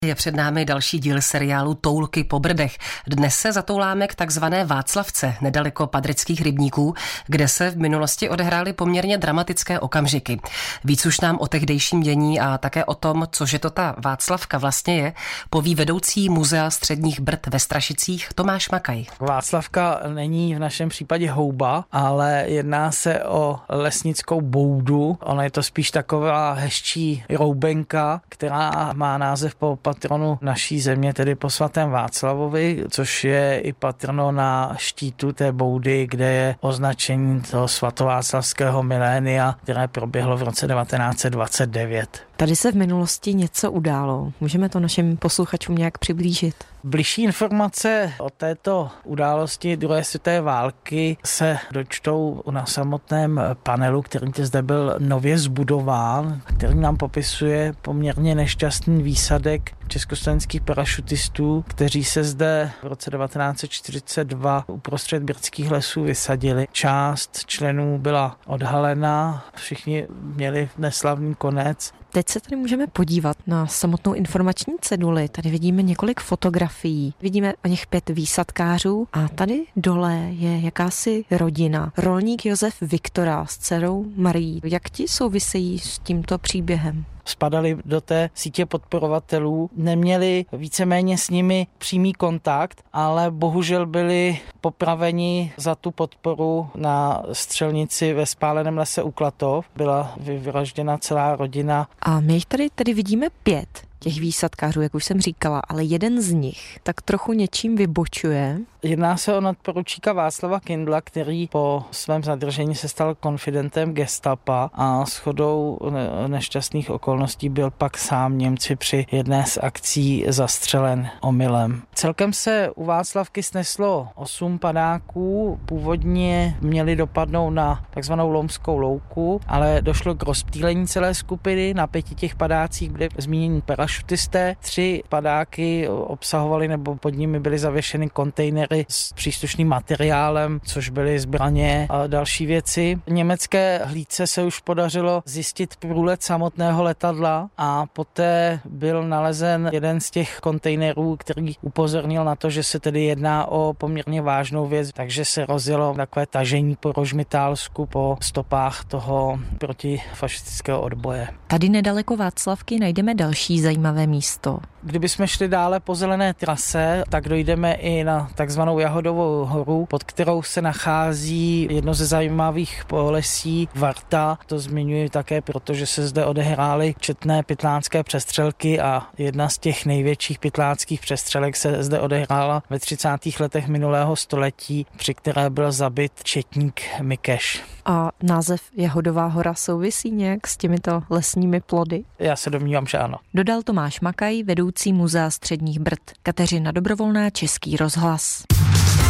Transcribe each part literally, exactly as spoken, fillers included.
Je před námi další díl seriálu Toulky po Brdech. Dnes se zatouláme k takzvané Václavce, nedaleko Padrických rybníků, kde se v minulosti odehrály poměrně dramatické okamžiky. Víc už nám o tehdejším dění a také o tom, cože to ta Václavka vlastně je, poví vedoucí Muzea středních Brd ve Strašicích Tomáš Makaj. Václavka není v našem případě houba, ale jedná se o lesnickou boudu. Ona je to spíš taková hezčí roubenka, která má název po patronu naší země, tedy po svatém Václavovi, což je i patrono na štítu té boudy, kde je označení toho svatováclavského milénia, které proběhlo v roce devatenáct set dvacet devět. Tady se v minulosti něco událo. Můžeme to našim posluchačům nějak přiblížit? Bližší informace o této události druhé světové války se dočtou na samotném panelu, který zde byl nově zbudován, který nám popisuje poměrně nešťastný výsadek československých parašutistů, kteří se zde v roce devatenáct set čtyřicet dva uprostřed brdských lesů vysadili. Část členů byla odhalena, všichni měli neslavný konec. Teď se tady můžeme podívat na samotnou informační ceduli. Tady vidíme několik fotografií. Vidíme o nich pět výsadkářů a tady dole je jakási rodina. Rolník Josef Viktora s dcerou Marií. Jak ti souvisejí s tímto příběhem? Spadali do té sítě podporovatelů, neměli víceméně s nimi přímý kontakt, ale bohužel byli popraveni za tu podporu na střelnici ve spáleném lese u Klatov. Byla vyvražděna celá rodina. A my jich tady tedy vidíme pět těch výsadkářů, jak už jsem říkala, ale jeden z nich tak trochu něčím vybočuje. Jedná se o nadporučíka Václava Kindla, který po svém zadržení se stal konfidentem gestapa a shodou nešťastných okolností byl pak sám Němci při jedné z akcí zastřelen omylem. Celkem se u Václavky sneslo osm padáků, původně měli dopadnout na takzvanou Lomskou louku, ale došlo k rozptýlení celé skupiny. Na pěti těch padácích byli zmíněni parašutisté, tři padáky obsahovaly nebo pod nimi byly zavěšeny kontejnery s příslušným materiálem, což byly zbraně a další věci. Německé hlídce se už podařilo zjistit průlet samotného letadla a poté byl nalezen jeden z těch kontejnerů, který upozornil na to, že se tedy jedná o poměrně vážnou věc, takže se rozjelo takové tažení po Rožmitálsku po stopách toho protifašistického odboje. Tady nedaleko Václavky najdeme další zajímavé místo. Kdybychom šli dále po zelené trase, tak dojdeme i na takzvanou Jahodovou horu, pod kterou se nachází jedno ze zajímavých polesí Varta. To zmiňuji také, protože se zde odehrály četné pytlánské přestřelky a jedna z těch největších pytlánských přestřelek se zde odehrála ve třicátých letech minulého století, při které byl zabit četník Mikeš. A název Jahodová hora souvisí nějak s těmito lesními plody? Já se domnívám, že ano. Dodal Tomáš Makaj, vedoucí Muzea středních Brd. Kateřina Dobrovolná, Český rozhlas.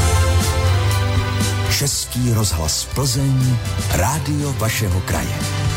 Český rozhlas Plzeň, rádio vašeho kraje.